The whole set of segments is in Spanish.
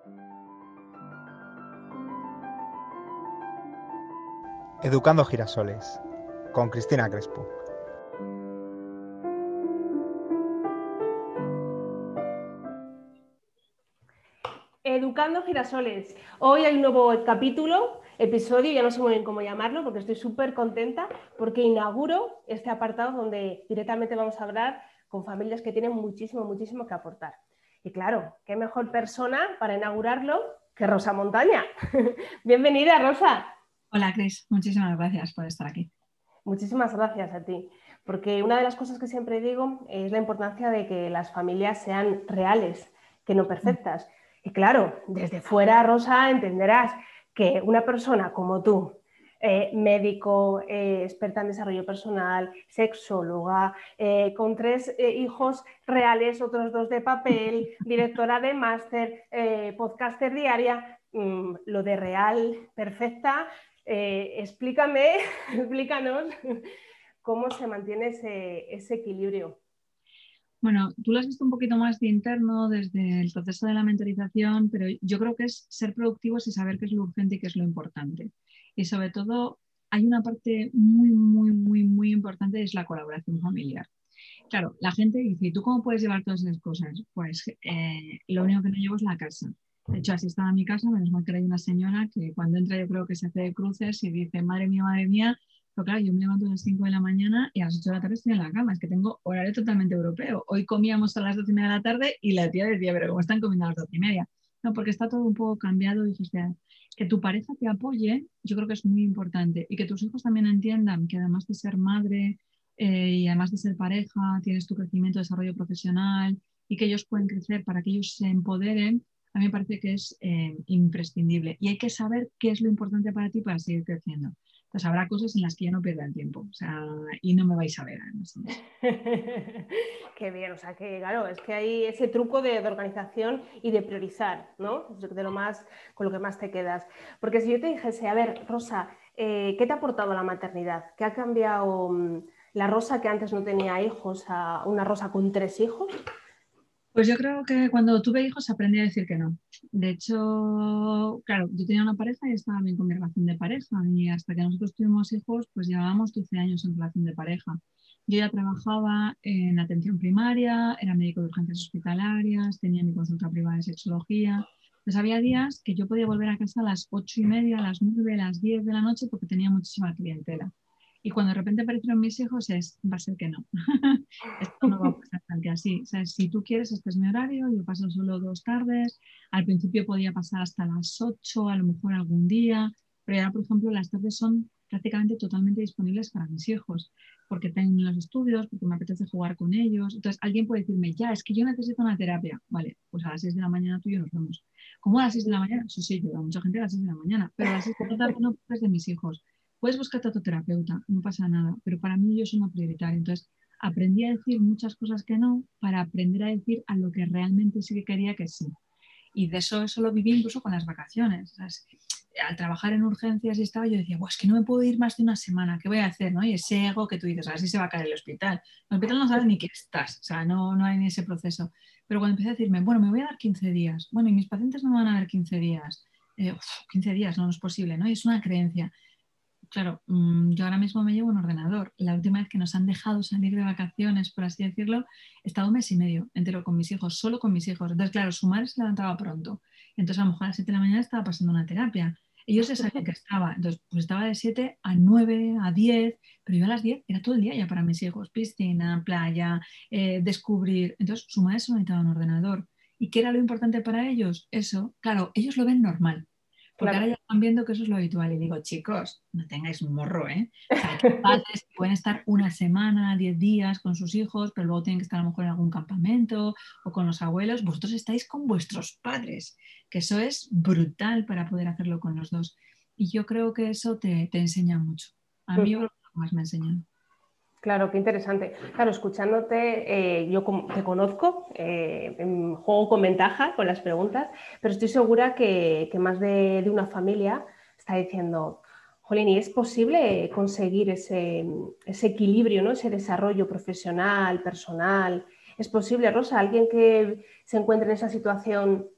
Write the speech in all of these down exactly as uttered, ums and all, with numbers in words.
Educando Girasoles, con Cristina Crespo. Educando Girasoles. Hoy hay un nuevo capítulo, episodio, ya no sé muy bien cómo llamarlo, porque estoy súper contenta, porque inauguro este apartado donde directamente vamos a hablar con familias que tienen muchísimo, muchísimo que aportar. Y claro, qué mejor persona para inaugurarlo que Rosa Montaña. Bienvenida, Rosa. Hola, Cris. Muchísimas gracias por estar aquí. Muchísimas gracias a ti, porque una de las cosas que siempre digo es la importancia de que las familias sean reales, que no perfectas. Y claro, desde fuera, Rosa, entenderás que una persona como tú, eh, médico, eh, experta en desarrollo personal, sexóloga, eh, con tres eh, hijos reales, otros dos de papel, directora de máster, eh, podcaster diaria, mmm, lo de real, perfecta. Eh, explícame, explícanos cómo se mantiene ese, ese equilibrio. Bueno, tú lo has visto un poquito más de interno desde el proceso de la mentorización, pero yo creo que es ser productivos y saber qué es lo urgente y qué es lo importante. Y sobre todo, hay una parte muy, muy, muy, muy importante, es la colaboración familiar. Claro, la gente dice, ¿y tú cómo puedes llevar todas esas cosas? Pues eh, lo único que no llevo es la casa. De hecho, así estaba mi casa, menos mal que hay una señora que cuando entra yo creo que se hace de cruces y dice, madre mía, madre mía, pero claro, yo me levanto a las cinco de la mañana y a las ocho de la tarde estoy en la cama, es que tengo horario totalmente europeo. Hoy comíamos a las doce y media de la tarde y la tía decía, pero ¿cómo están comiendo a las doce y media? No, porque está todo un poco cambiado y dijiste, que tu pareja te apoye, yo creo que es muy importante y que tus hijos también entiendan que además de ser madre, Eh, y además de ser pareja, tienes tu crecimiento, desarrollo profesional y que ellos pueden crecer para que ellos se empoderen, a mí me parece que es eh, imprescindible. Y hay que saber qué es lo importante para ti para seguir creciendo. Entonces habrá cosas en las que yo no pierda el tiempo, o sea, y no me vais a ver además. Qué bien, o sea que claro, es que hay ese truco de, de organización y de priorizar, ¿no? De lo más, con lo que más te quedas. Porque si yo te dijese, a ver, Rosa, eh, ¿qué te ha aportado la maternidad? ¿Qué ha cambiado um, la Rosa que antes no tenía hijos a una Rosa con tres hijos? Pues yo creo que cuando tuve hijos aprendí a decir que no. De hecho, claro, yo tenía una pareja y estaba bien con mi relación de pareja y hasta que nosotros tuvimos hijos, pues llevábamos doce años en relación de pareja. Yo ya trabajaba en atención primaria, era médico de urgencias hospitalarias, tenía mi consulta privada de sexología. Entonces había días que yo podía volver a casa a las ocho y media, a las nueve, a las diez de la noche porque tenía muchísima clientela. Y cuando de repente aparecieron mis hijos es, va a ser que no. Esto no va a pasar tal que así. O sea, si tú quieres, este es mi horario, yo paso solo dos tardes. Al principio podía pasar hasta las ocho, a lo mejor algún día, pero ahora, por ejemplo, las tardes son prácticamente totalmente disponibles para mis hijos, porque tengo los estudios, porque me apetece jugar con ellos. Entonces, alguien puede decirme, ya, es que yo necesito una terapia. Vale, pues a las seis de la mañana tú y yo nos vemos. ¿Cómo a las seis de la mañana? Sí, sí, yo a mucha gente a las seis de la mañana, pero a las seis de la tarde no puedes de mis hijos. Puedes buscarte a tu terapeuta, no pasa nada, pero para mí yo soy una prioritaria. Entonces, aprendí a decir muchas cosas que no para aprender a decir a lo que realmente sí que quería que sí. Y de eso, eso lo viví incluso con las vacaciones. ¿Sabes? Al trabajar en urgencias y estaba, yo decía, es que no me puedo ir más de una semana, ¿qué voy a hacer? ¿No? Y ese ego que tú dices, así se va a caer el hospital. El hospital no sabe ni qué estás, o sea, no, no hay ni ese proceso. Pero cuando empecé a decirme, bueno, me voy a dar quince días, bueno, y mis pacientes no me van a dar quince días, eh, uf, quince días no es posible, ¿no? Y es una creencia. Claro, yo ahora mismo me llevo un ordenador. La última vez que nos han dejado salir de vacaciones, por así decirlo, he estado un mes y medio entero con mis hijos, solo con mis hijos. Entonces, claro, su madre se levantaba pronto. Entonces, a lo mejor a las siete de la mañana estaba pasando una terapia. Ellos ya sabían que estaba. Entonces, pues estaba de siete a nueve, a diez, pero yo a las diez era todo el día ya para mis hijos. Piscina, playa, eh, descubrir. Entonces, su madre se necesitaba un ordenador. ¿Y qué era lo importante para ellos? Eso, claro, ellos lo ven normal. Porque Claro. ahora ya están viendo que eso es lo habitual. Y digo, chicos, no tengáis un morro, ¿eh? O sea, que padres que pueden estar una semana, diez días con sus hijos, pero luego tienen que estar a lo mejor en algún campamento o con los abuelos. Vosotros estáis con vuestros padres, que eso es brutal para poder hacerlo con los dos. Y yo creo que eso te, te enseña mucho. A mí yo creo que lo que más me ha enseñado. Claro, qué interesante. Claro, escuchándote, eh, yo te conozco, eh, juego con ventaja con las preguntas, pero estoy segura que, que más de, de, una familia está diciendo, jolín, ¿y es posible conseguir ese, ese equilibrio, ¿no? Ese desarrollo profesional, personal? ¿Es posible, Rosa, alguien que se encuentre en esa situación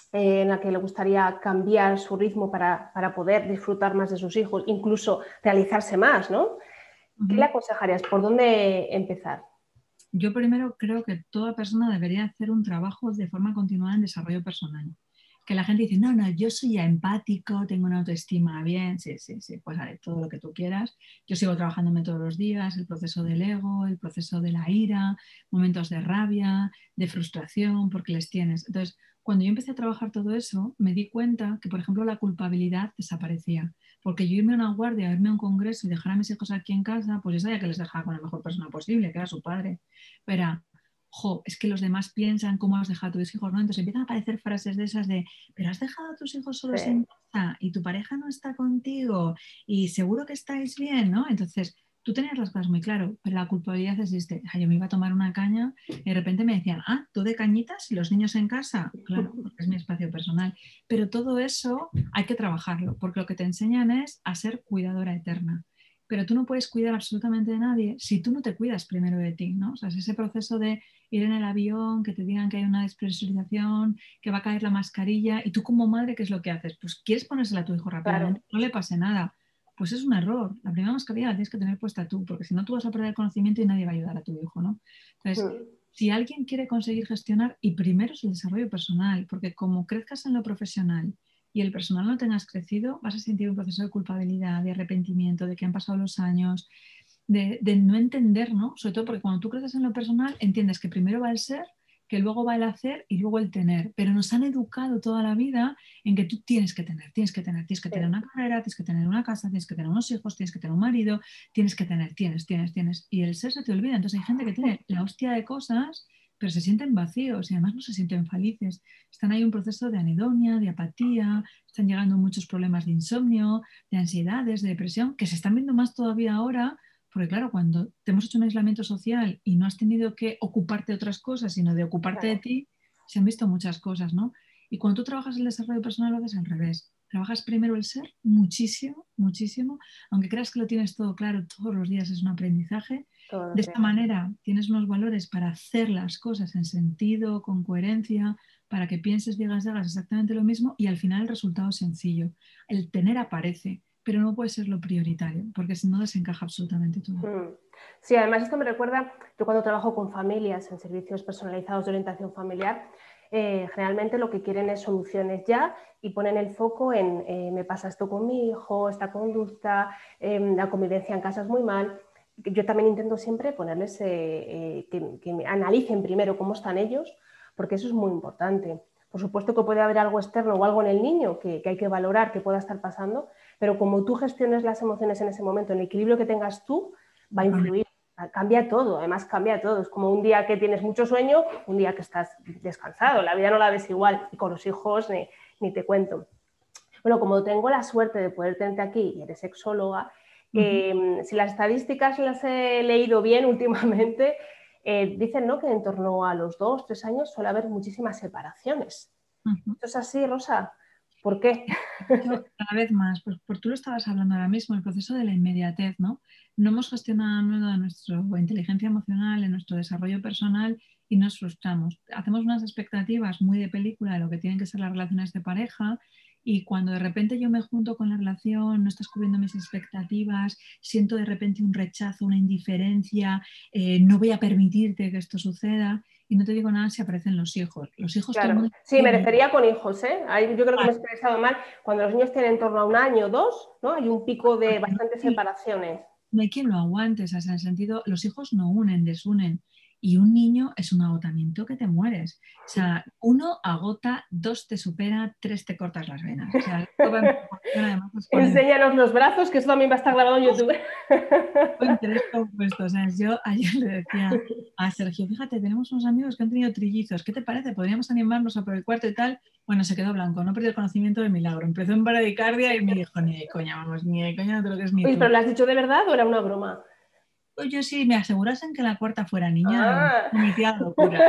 eh, en la que le gustaría cambiar su ritmo para, para poder disfrutar más de sus hijos, incluso realizarse más, ¿no? ¿Qué le Uh-huh. aconsejarías? ¿Por dónde empezar? Yo primero creo que toda persona debería hacer un trabajo de forma continuada en desarrollo personal. Que la gente dice, no, no, yo soy ya empático, tengo una autoestima bien, sí, sí, sí, pues haré todo lo que tú quieras. Yo sigo trabajándome todos los días, el proceso del ego, el proceso de la ira, momentos de rabia, de frustración, porque les tienes. Entonces, cuando yo empecé a trabajar todo eso, me di cuenta que, por ejemplo, la culpabilidad desaparecía. Porque yo irme a una guardia, irme a un congreso y dejar a mis hijos aquí en casa, pues yo sabía que les dejaba con la mejor persona posible, que era su padre. Pero jo, es que los demás piensan cómo has dejado a tus hijos, ¿no? Entonces empiezan a aparecer frases de esas de, pero has dejado a tus hijos solos Sí. en casa y tu pareja no está contigo y seguro que estáis bien, ¿no? Entonces tú tenías las cosas muy claro, pero la culpabilidad existe. O sea, yo me iba a tomar una caña y de repente me decían, ah, ¿tú de cañitas y los niños en casa? Claro, porque es mi espacio personal. Pero todo eso hay que trabajarlo, porque lo que te enseñan es a ser cuidadora eterna. Pero tú no puedes cuidar absolutamente de nadie si tú no te cuidas primero de ti, ¿no? O sea, es ese proceso de ir en el avión, que te digan que hay una despresurización, que va a caer la mascarilla, y tú como madre, ¿qué es lo que haces? Pues quieres ponérsela a tu hijo rápidamente, Claro. no le pase nada. Pues es un error. La primera mascarilla la tienes que tener puesta tú, porque si no tú vas a perder el conocimiento y nadie va a ayudar a tu hijo, ¿no? Entonces, Mm. si alguien quiere conseguir gestionar, y primero es el desarrollo personal, porque como crezcas en lo profesional y el personal no tengas crecido, vas a sentir un proceso de culpabilidad, de arrepentimiento, de que han pasado los años, de, de no entender, ¿no? Sobre todo porque cuando tú creces en lo personal, entiendes que primero va el ser, que luego va el hacer y luego el tener. Pero nos han educado toda la vida en que tú tienes que tener, tienes que tener, tienes que tener Sí. una carrera, tienes que tener una casa, tienes que tener unos hijos, tienes que tener un marido, tienes que tener, tienes, tienes, tienes. Y el ser se te olvida. Entonces hay gente que tiene la hostia de cosas, pero se sienten vacíos y además no se sienten felices. Están ahí en un proceso de anedonia, de apatía, están llegando muchos problemas de insomnio, de ansiedades, de depresión, que se están viendo más todavía ahora, porque claro, cuando te hemos hecho un aislamiento social y no has tenido que ocuparte de otras cosas, sino de ocuparte de Claro. ti, se han visto muchas cosas, ¿no? Y cuando tú trabajas el desarrollo personal lo haces al revés. Trabajas primero el ser muchísimo, muchísimo, aunque creas que lo tienes todo claro, todos los días es un aprendizaje. Todos De los esta días. manera tienes unos valores para hacer las cosas en sentido, con coherencia, para que pienses, digas, hagas exactamente lo mismo y al final el resultado es sencillo. El tener aparece, pero no puede ser lo prioritario, porque si no desencaja absolutamente todo. Mm. Sí, además esto me recuerda, yo cuando trabajo con familias en servicios personalizados de orientación familiar, eh, generalmente lo que quieren es soluciones ya y ponen el foco en eh, me pasa esto con mi hijo, esta conducta, eh, la convivencia en casa es muy mal. Yo también intento siempre ponerles, eh, eh, que, que me analicen primero cómo están ellos, porque eso es muy importante. Por supuesto que puede haber algo externo o algo en el niño que, que hay que valorar, que pueda estar pasando, pero como tú gestiones las emociones en ese momento, en el equilibrio que tengas tú, va a influir, cambia todo, además cambia todo, es como un día que tienes mucho sueño, un día que estás descansado, la vida no la ves igual y con los hijos ni, ni te cuento. Bueno, como tengo la suerte de poder tenerte aquí y eres sexóloga, Uh-huh. eh, si las estadísticas las he leído bien últimamente, eh, dicen, ¿no?, que en torno a los dos, tres años suele haber muchísimas separaciones. Uh-huh. ¿Esto es así, Rosa? ¿Por qué? Yo, cada vez más, pues, por tú lo estabas hablando ahora mismo, el proceso de la inmediatez, ¿no? No hemos gestionado nuestra inteligencia emocional, en nuestro desarrollo personal y nos frustramos. Hacemos unas expectativas muy de película de lo que tienen que ser las relaciones de pareja y cuando de repente yo me junto con la relación, no estás cubriendo mis expectativas, siento de repente un rechazo, una indiferencia, eh, no voy a permitirte que esto suceda y no te digo nada si aparecen los hijos. Los hijos todo el Claro, mundo... sí, me refería con hijos, ¿eh? Ahí yo creo que me he expresado mal. Cuando los niños tienen en torno a un año o dos, ¿no? Hay un pico de bastantes separaciones. No hay quien lo aguante, o sea, en el sentido, los hijos no unen, desunen. Y un niño es un agotamiento que te mueres. O sea, uno agota, dos te supera, tres te cortas las venas. O sea, esto va en proporción, además exponencial. Enséñanos los brazos, que eso también va a estar grabado en YouTube. Interés compuesto. O sea, yo ayer le decía a Sergio, fíjate, tenemos unos amigos que han tenido trillizos, ¿qué te parece? ¿Podríamos animarnos a por el cuarto y tal? Bueno, se quedó blanco, no perdió el conocimiento de milagro. Empezó en bradicardia y me dijo, ni de coña, vamos, ni de coña, no te lo crees ni Oye, ¿pero tú. lo has dicho de verdad o era una broma? Pues yo si me asegurasen que la cuarta fuera niña, Ah, cometía locura.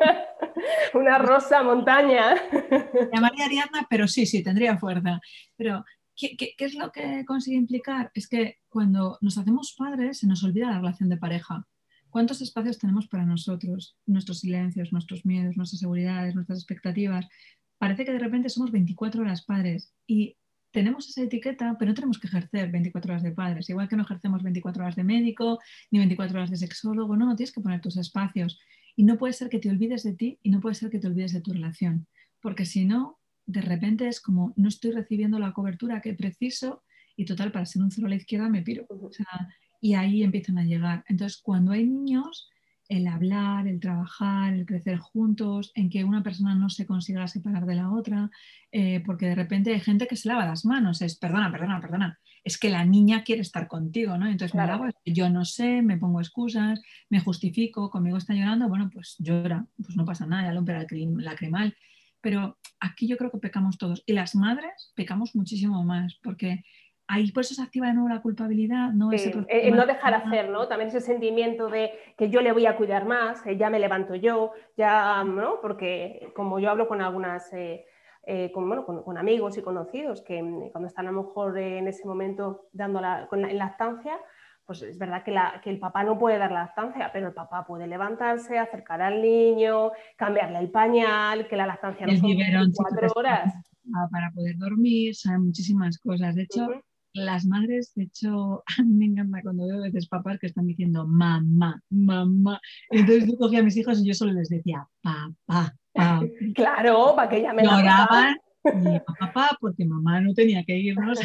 una rosa montaña. Llamaría Ariadna, pero sí, sí, tendría fuerza. Pero, ¿qué, qué, qué es lo que consigue implicar? Es que cuando nos hacemos padres se nos olvida la relación de pareja. ¿Cuántos espacios tenemos para nosotros? Nuestros silencios, nuestros miedos, nuestras seguridades, nuestras expectativas. parece que de repente somos veinticuatro horas padres y tenemos esa etiqueta, pero no tenemos que ejercer veinticuatro horas de padres, igual que no ejercemos veinticuatro horas de médico ni veinticuatro horas de sexólogo, no, tienes que poner tus espacios y no puede ser que te olvides de ti y no puede ser que te olvides de tu relación, porque si no, de repente es como no estoy recibiendo la cobertura que preciso y total, para ser un cero a la izquierda me piro. O sea, y ahí empiezan a llegar. Entonces, cuando hay niños, el hablar, el trabajar, el crecer juntos, en que una persona no se consiga separar de la otra, eh, porque de repente hay gente que se lava las manos, es perdona, perdona, perdona, es que la niña quiere estar contigo, ¿no? Entonces Claro. me lavo, yo no sé, me pongo excusas, me justifico, conmigo está llorando, bueno, pues llora, pues no pasa nada, ya lo el lacrimal. Pero aquí yo creo que pecamos todos. Y las madres pecamos muchísimo más, porque ahí por eso se activa de nuevo la culpabilidad, ¿no? Sí, Ese proceso el más... no dejar hacer, ¿no? También ese sentimiento de que yo le voy a cuidar más, eh, ya me levanto yo, ya, ¿no? Porque como yo hablo con algunas, eh, eh, con, bueno, con, con amigos y conocidos que mm, cuando están a lo mejor eh, en ese momento dando la, con la, en lactancia, pues es verdad que, la, que el papá no puede dar lactancia, pero el papá puede levantarse, acercar al niño, cambiarle el pañal, que la lactancia no El son biberón, si tú te veinticuatro horas. para poder dormir, saben muchísimas cosas. De hecho, Uh-huh. las madres, de hecho, a mí me encanta cuando veo a veces papás que están diciendo mamá, mamá. Y entonces yo cogía a mis hijos y yo solo les decía papá, papá. Claro, para que llamen a papá. Lloraban y papá, porque mamá no tenía que irnos.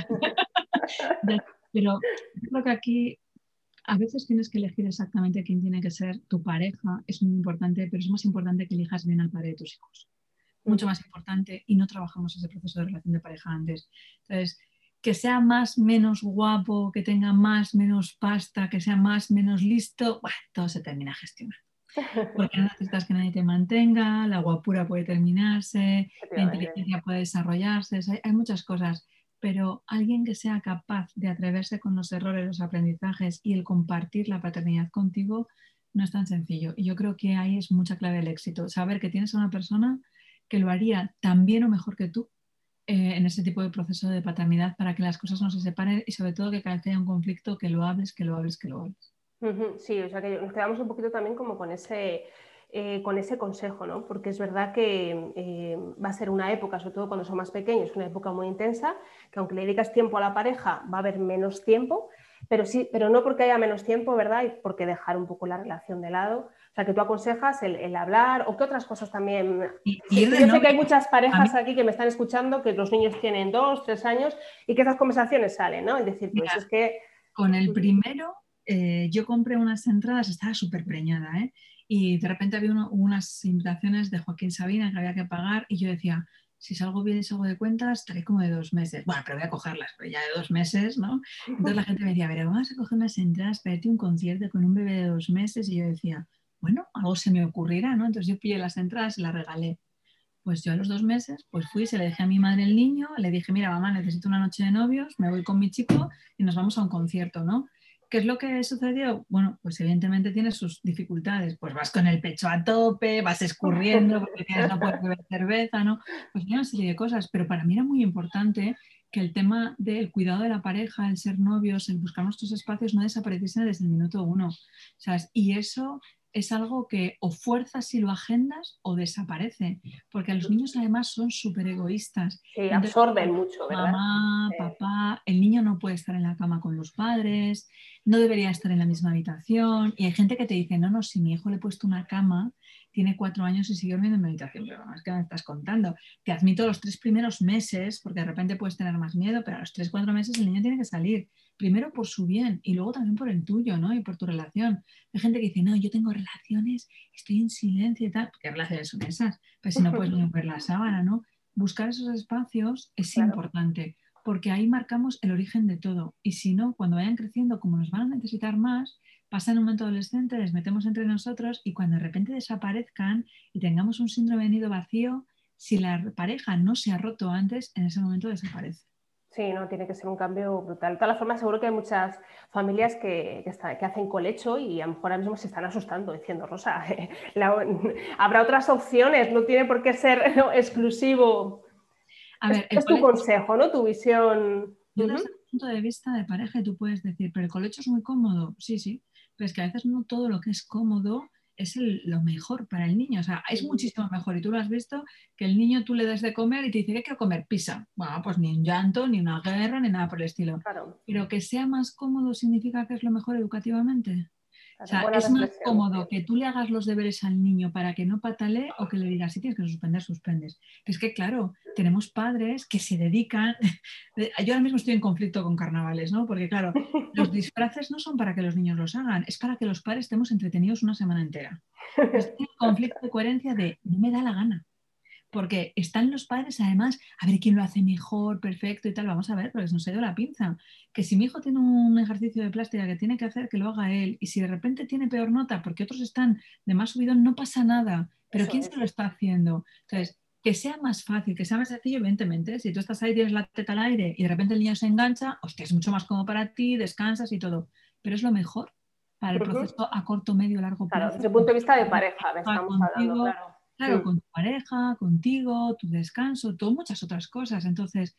Pero creo que aquí a veces tienes que elegir exactamente quién tiene que ser tu pareja. Es muy importante, pero es más importante que elijas bien al padre de tus hijos. Mucho más importante, y no trabajamos ese proceso de relación de pareja antes. Entonces, que sea más, menos guapo, que tenga más, menos pasta, que sea más, menos listo, bueno, todo se termina gestionando. Porque no necesitas que nadie te mantenga, la guapura puede terminarse, la inteligencia puede desarrollarse, hay, hay muchas cosas, pero alguien que sea capaz de atreverse con los errores, los aprendizajes y el compartir la paternidad contigo no es tan sencillo. Y yo creo que ahí es mucha clave del éxito, saber que tienes a una persona que lo haría tan bien o mejor que tú eh, en ese tipo de proceso de paternidad para que las cosas no se separen y sobre todo que cada vez que haya un conflicto que lo hables, que lo hables, que lo hables. Uh-huh, sí, o sea que nos quedamos un poquito también como con ese, eh, con ese consejo, ¿no? Porque es verdad que eh, va a ser una época, sobre todo cuando son más pequeños, una época muy intensa, que aunque le dedicas tiempo a la pareja va a haber menos tiempo, pero sí, pero no porque haya menos tiempo, ¿verdad? Y porque dejar un poco la relación de lado. O sea, que tú aconsejas el, el hablar o qué otras cosas también. Y, Sí, y yo sé que hay novio, muchas parejas aquí que me están escuchando, que los niños tienen dos, tres años y que esas conversaciones salen, ¿no? Es decir, pues mira, es que... con el primero eh, yo compré unas entradas, estaba súper preñada, ¿eh? Y de repente había uno, unas invitaciones de Joaquín Sabina que había que pagar y yo decía, si salgo bien y salgo de cuentas, estaré como de dos meses. Bueno, pero voy a cogerlas, pero ya de dos meses, ¿no? Entonces la gente me decía, pero vamos a coger unas entradas para irte a un concierto con un bebé de dos meses y yo decía, bueno, algo se me ocurrirá, ¿no? Entonces yo pillé las entradas y las regalé. Pues yo a los dos meses, pues fui, se le dejé a mi madre el niño, le dije, mira, mamá, necesito una noche de novios, me voy con mi chico y nos vamos a un concierto, ¿no? ¿Qué es lo que sucedió? Bueno, pues evidentemente tiene sus dificultades. Pues vas con el pecho a tope, vas escurriendo porque tienes, no puedes beber cerveza, ¿no? Pues hay una serie de cosas, pero para mí era muy importante que el tema del cuidado de la pareja, el ser novios, el buscar nuestros espacios no desapareciese desde el minuto uno, ¿sabes? Y eso es algo que o fuerzas si lo agendas o desaparece, porque los niños además son súper egoístas. Sí, absorben mucho, ¿verdad? Mamá, papá, el niño no puede estar en la cama con los padres, no debería estar en la misma habitación. Y hay gente que te dice, no, no, si mi hijo le he puesto una cama, tiene cuatro años y sigue durmiendo en mi habitación. Pero es que me estás contando. Te admito los tres primeros meses, porque de repente puedes tener más miedo, pero a los tres, cuatro meses el niño tiene que salir. Primero por su bien y luego también por el tuyo, ¿no? Y por tu relación. Hay gente que dice, no, yo tengo relaciones, estoy en silencio y tal. ¿Qué relaciones son esas? Pues si no puedes ni mover la sábana, ¿no? Buscar esos espacios es claro. importante, porque ahí marcamos el origen de todo. Y si no, cuando vayan creciendo, como nos van a necesitar más, pasa en un momento adolescente, les metemos entre nosotros y cuando de repente desaparezcan y tengamos un síndrome de nido vacío, si la pareja no se ha roto antes, en ese momento desaparece. Sí, no, tiene que ser un cambio brutal. De todas formas, seguro que hay muchas familias que, que, está, que hacen colecho y a lo mejor ahora mismo se están asustando diciendo, Rosa, eh, la, habrá otras opciones, no tiene por qué ser no, exclusivo. A ver, es, es tu consejo, ¿no? Tu visión. Yo desde el punto de vista de pareja tú puedes decir, pero el colecho es muy cómodo. Sí, sí, pero es que a veces no todo lo que es cómodo es el, lo mejor para el niño. O sea, es muchísimo mejor, y tú lo has visto, que el niño tú le des de comer y te dice que quiero comer pizza. Bueno, pues ni un llanto, ni una guerra, ni nada por el estilo. Claro, Pero que sea más cómodo significa que es lo mejor educativamente. O claro, sea, buena es más reflexión. cómodo que tú le hagas los deberes al niño para que no patalee o que le digas, si tienes que suspender, suspendes. Es que, claro, tenemos padres que se dedican... Yo ahora mismo estoy en conflicto con carnavales, ¿no? Porque, claro, los disfraces no son para que los niños los hagan, es para que los padres estemos entretenidos una semana entera. Entonces, hay un conflicto de coherencia de no me da la gana. Porque están los padres, además, a ver quién lo hace mejor, perfecto y tal. Vamos a ver, porque nos ha ido la pinza. Que si mi hijo tiene un ejercicio de plástica que tiene que hacer, que lo haga él. Y si de repente tiene peor nota porque otros están de más subidón, no pasa nada. Pero Eso ¿quién es. se lo está haciendo? Entonces, que sea más fácil, que sea más sencillo, evidentemente. Si tú estás ahí, tienes la teta al aire y de repente el niño se engancha, hostia, es mucho más cómodo para ti, descansas y todo. Pero es lo mejor para el Ujú. proceso a corto, medio, largo Claro, plazo. desde el punto de vista de pareja, estamos hablando, Contigo, claro. claro, Mm. con tu pareja, contigo, tu descanso, todo, muchas otras cosas. Entonces,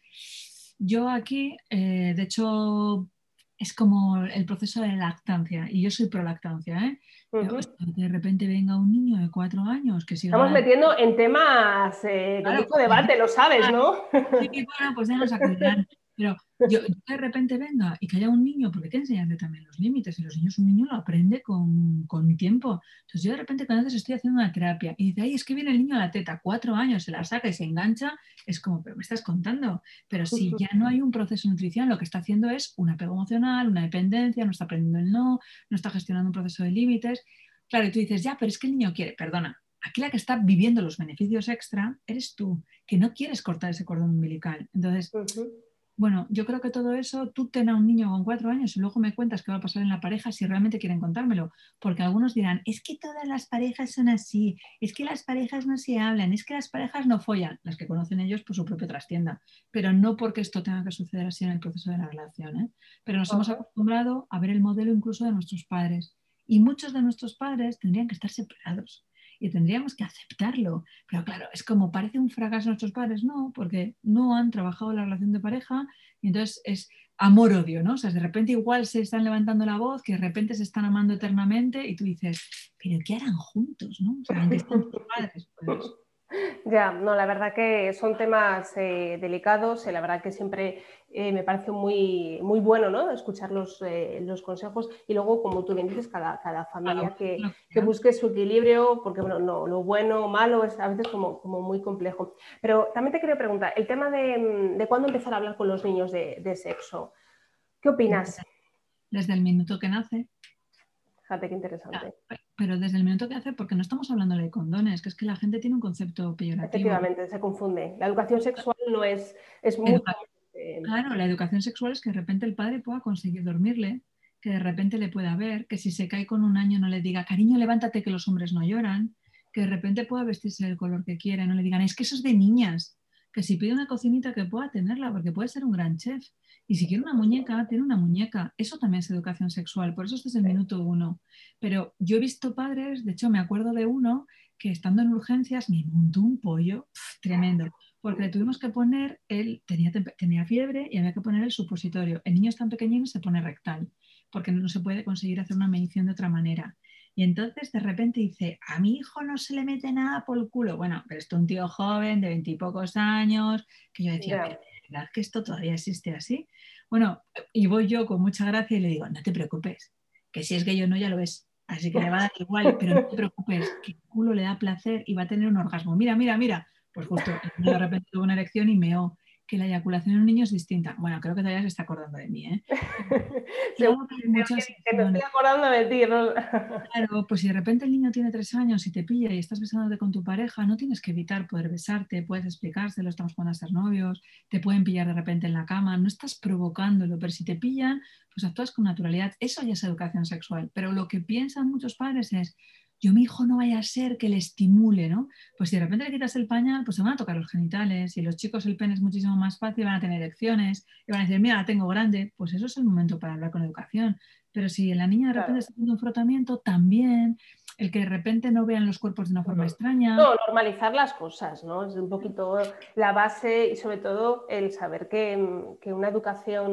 yo aquí, eh, de hecho, es como el proceso de lactancia, y yo soy pro lactancia, ¿eh? Pero, Ujú. hostia, que de repente venga un niño de cuatro años que siga Estamos la... metiendo en temas eh, de Claro, mucho debate, lo sabes, ¿no? sí, bueno, pues ya nos acudirán. Pero yo, yo que de repente venga y que haya un niño, porque hay que enseñarle también los límites, y los niños, un niño lo aprende con, con tiempo. Entonces yo de repente cuando veces estoy haciendo una terapia y dice, ay, es que viene el niño a la teta, cuatro años, se la saca y se engancha, es como, pero me estás contando. Pero si ya no hay un proceso de nutrición, lo que está haciendo es un apego emocional, una dependencia, no está aprendiendo el no, no está gestionando un proceso de límites. Claro, y tú dices, ya, pero es que el niño quiere, perdona, aquí la que está viviendo los beneficios extra eres tú, que no quieres cortar ese cordón umbilical. Entonces, Ujú. bueno, yo creo que todo eso, tú ten a un niño con cuatro años y luego me cuentas qué va a pasar en la pareja si realmente quieren contármelo. Porque algunos dirán, es que todas las parejas son así, es que las parejas no se hablan, es que las parejas no follan, las que conocen ellos por su propia trastienda, pero no porque esto tenga que suceder así en el proceso de la relación, ¿eh? Pero nos hemos Ajá. acostumbrado a ver el modelo incluso de nuestros padres. Y muchos de nuestros padres tendrían que estar separados y tendríamos que aceptarlo. Pero claro, es como parece un fracaso nuestros padres, no, porque no han trabajado la relación de pareja y entonces es amor-odio, ¿no? O sea, de repente igual se están levantando la voz, que de repente se están amando eternamente y tú dices, pero ¿qué harán juntos, no? O sea, ¿en qué están tus padres? Pues Ya, no, la verdad que son temas eh, delicados, eh, la verdad que siempre eh, me parece muy, muy bueno, ¿no? Escuchar los, eh, los consejos y luego, como tú bien dices, cada, cada cada familia uno que, hace lo que que quiera. busque su equilibrio, porque bueno, no, lo bueno o malo es a veces como, como muy complejo. Pero también te quería preguntar, el tema de, de cuándo empezar a hablar con los niños de, de sexo, ¿qué opinas? Desde el minuto que nace. Fíjate qué interesante. Pero desde el minuto que nace, porque no estamos hablando de condones, que es que la gente tiene un concepto peyorativo. Efectivamente, se confunde. La educación sexual no es, es mucho Educa- más, eh, Claro, la educación sexual es que de repente el padre pueda conseguir dormirle, que de repente le pueda ver, que si se cae con un año no le diga, cariño, levántate que los hombres no lloran, que de repente pueda vestirse del color que quiera y no le digan, es que eso es de niñas, que si pide una cocinita que pueda tenerla, porque puede ser un gran chef. Y si quiere una muñeca, tiene una muñeca. Eso también es educación sexual, por eso este es el minuto uno. Pero yo he visto padres, de hecho me acuerdo de uno que estando en urgencias me montó un pollo pf, tremendo porque le tuvimos que poner, él tenía, tenía fiebre y había que poner el supositorio. El niño es tan pequeñino, se pone rectal, porque no se puede conseguir hacer una medición de otra manera. Y entonces de repente dice, a mi hijo no se le mete nada por el culo. Bueno, pero esto un tío joven de veintipocos años, que yo decía, pero ya. ¿de verdad que esto todavía existe así? Bueno, y voy yo con mucha gracia y le digo, no te preocupes, que si es gay o no ya lo es. Así que le va a dar igual, pero no te preocupes, que el culo le da placer y va a tener un orgasmo. Mira, mira, mira, pues justo, el niño de repente tuvo una erección y meó. Que la eyaculación en un niño es distinta. Bueno, creo que todavía se está acordando de mí, ¿eh? Seguro Claro que hay que, muchas que te estoy opciones. acordando de ti, ¿no? Claro, pues si de repente el niño tiene tres años y te pilla y estás besándote con tu pareja, no tienes que evitar poder besarte, puedes explicárselo, estamos jugando a ser novios, te pueden pillar de repente en la cama, no estás provocándolo, pero si te pillan, pues actúas con naturalidad. Eso ya es educación sexual. Pero lo que piensan muchos padres es, yo mi hijo no vaya a ser que le estimule, ¿no? Pues si de repente le quitas el pañal, pues se van a tocar los genitales y los chicos el pene es muchísimo más fácil, van a tener erecciones y van a decir, mira, la tengo grande, pues eso es el momento para hablar con educación. Pero si la niña de repente Claro. está haciendo un frotamiento, también el que de repente no vean los cuerpos de una forma extraña. No, normalizar las cosas, ¿no? Es un poquito la base y sobre todo el saber que, que una educación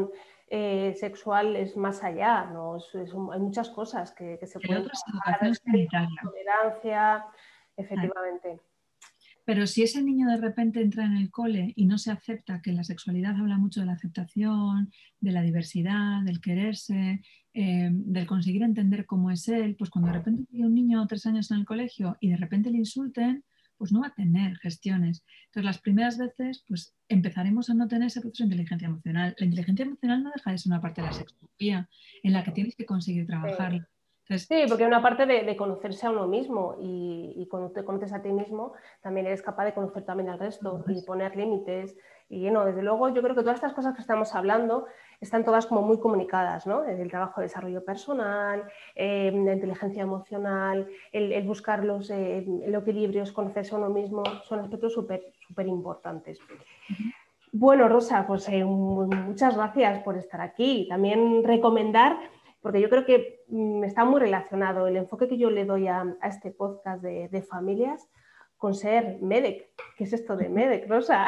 eh, sexual es más allá, ¿no? Es, es un, hay muchas cosas que, que se Pero pueden otra es trabajar, educación respeto, sanitaria. tolerancia, Claro. efectivamente. Pero si ese niño de repente entra en el cole y no se acepta, que la sexualidad habla mucho de la aceptación, de la diversidad, del quererse, eh, del conseguir entender cómo es él, pues cuando de repente hay un niño tres años en el colegio y de repente le insulten, pues no va a tener gestiones. Entonces las primeras veces pues empezaremos a no tener ese proceso de inteligencia emocional. La inteligencia emocional no deja de ser una parte de la sexología en la que tienes que conseguir trabajarla. Entonces, sí, porque hay una parte de, de conocerse a uno mismo y, y cuando te conoces a ti mismo también eres capaz de conocer también al resto y poner límites. Y no, desde luego yo creo que todas estas cosas que estamos hablando están todas como muy comunicadas, ¿no? El trabajo de desarrollo personal, eh, la inteligencia emocional, el, el buscar los, eh, el equilibrio, conocerse a uno mismo, son aspectos súper súper importantes. uh-huh. Bueno, Rosa, pues eh, muchas gracias por estar aquí. También recomendar, porque yo creo que mm, está muy relacionado el enfoque que yo le doy a, a este podcast de, de familias con ser MEDEC. ¿Qué es esto de MEDEC, Rosa?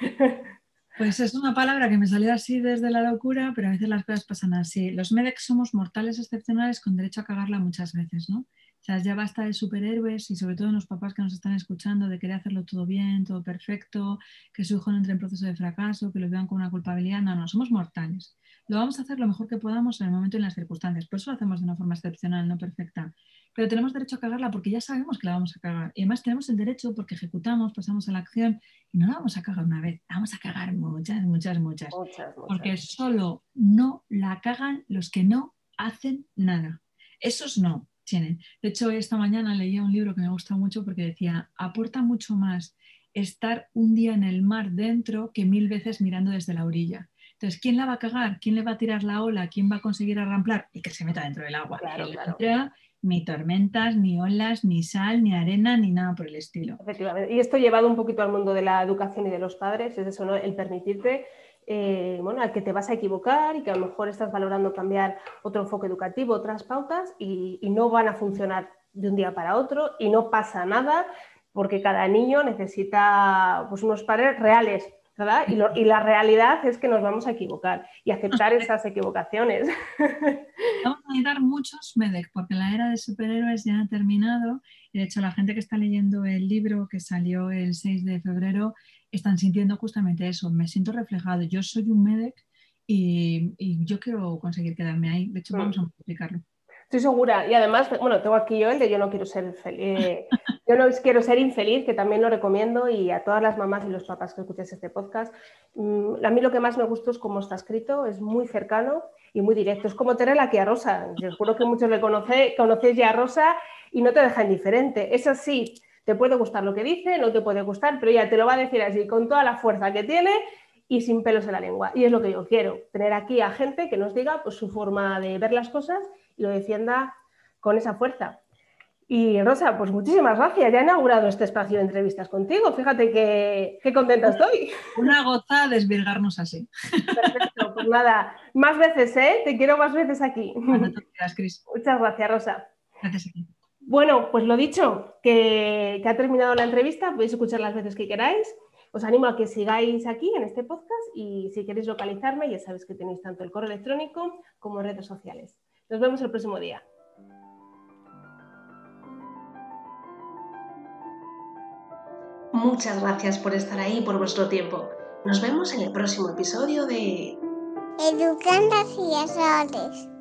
Pues es una palabra que me salió así desde la locura, pero a veces las cosas pasan así. Los MEDEC somos mortales excepcionales con derecho a cagarla muchas veces, ¿no? O sea, ya basta de superhéroes y sobre todo en los papás que nos están escuchando de querer hacerlo todo bien, todo perfecto, que su hijo no entre en proceso de fracaso, que lo vean con una culpabilidad. No, no, somos mortales. Lo vamos a hacer lo mejor que podamos en el momento y en las circunstancias. Por eso lo hacemos de una forma excepcional, no perfecta. Pero tenemos derecho a cagarla porque ya sabemos que la vamos a cagar. Y además tenemos el derecho porque ejecutamos, pasamos a la acción y no la vamos a cagar una vez, la vamos a cagar muchas, muchas, muchas. Muchas, muchas. Porque solo no la cagan los que no hacen nada. Esos no tienen. De hecho, esta mañana leía un libro que me gustó mucho porque decía, aporta mucho más estar un día en el mar dentro que mil veces mirando desde la orilla. Entonces, ¿quién la va a cagar? ¿Quién le va a tirar la ola? ¿Quién va a conseguir arramplar? Y que se meta dentro del agua. Claro, Y claro. entra, ni tormentas, ni olas, ni sal, ni arena, ni nada por el estilo. Efectivamente. Y esto llevado un poquito al mundo de la educación y de los padres, es eso, ¿no? El permitirte, eh, bueno, al que te vas a equivocar y que a lo mejor estás valorando cambiar otro enfoque educativo, otras pautas y, y no van a funcionar de un día para otro y no pasa nada porque cada niño necesita pues, unos padres reales, ¿verdad? Y, lo, y la realidad es que nos vamos a equivocar y aceptar esas equivocaciones. Vamos a necesitar muchos MEDEC porque la era de superhéroes ya ha terminado y de hecho la gente que está leyendo el libro que salió el seis de febrero están sintiendo justamente eso, me siento reflejado, yo soy un MEDEC y, y yo quiero conseguir quedarme ahí, de hecho vamos a multiplicarlo. Estoy segura y además, bueno, tengo aquí yo el de yo no quiero ser feliz, eh, yo no quiero ser infeliz, que también lo recomiendo y a todas las mamás y los papás que escuchéis este podcast, mmm, a mí lo que más me gustó es cómo está escrito, es muy cercano y muy directo, es como tener aquí a Rosa, yo juro que muchos le conoce, conocéis ya a Rosa y no te deja indiferente, es así, te puede gustar lo que dice, no te puede gustar, pero ella te lo va a decir así con toda la fuerza que tiene y sin pelos en la lengua, y es lo que yo quiero, tener aquí a gente que nos diga pues, su forma de ver las cosas y lo defienda con esa fuerza. Y Rosa, pues muchísimas gracias. Ya he inaugurado este espacio de entrevistas contigo. Fíjate que, qué contenta estoy. Una goza desvirgarnos así. Perfecto, pues nada, más veces, ¿eh? Te quiero más veces aquí. Cuando tú quieras, Cris. Muchas gracias, Rosa. Gracias a ti. Bueno, pues lo dicho, que, que ha terminado la entrevista, podéis escuchar las veces que queráis. Os animo a que sigáis aquí en este podcast y si queréis localizarme, ya sabéis que tenéis tanto el correo electrónico como redes sociales. Nos vemos el próximo día. Muchas gracias por estar ahí y por vuestro tiempo. Nos vemos en el próximo episodio de Educando a Soles.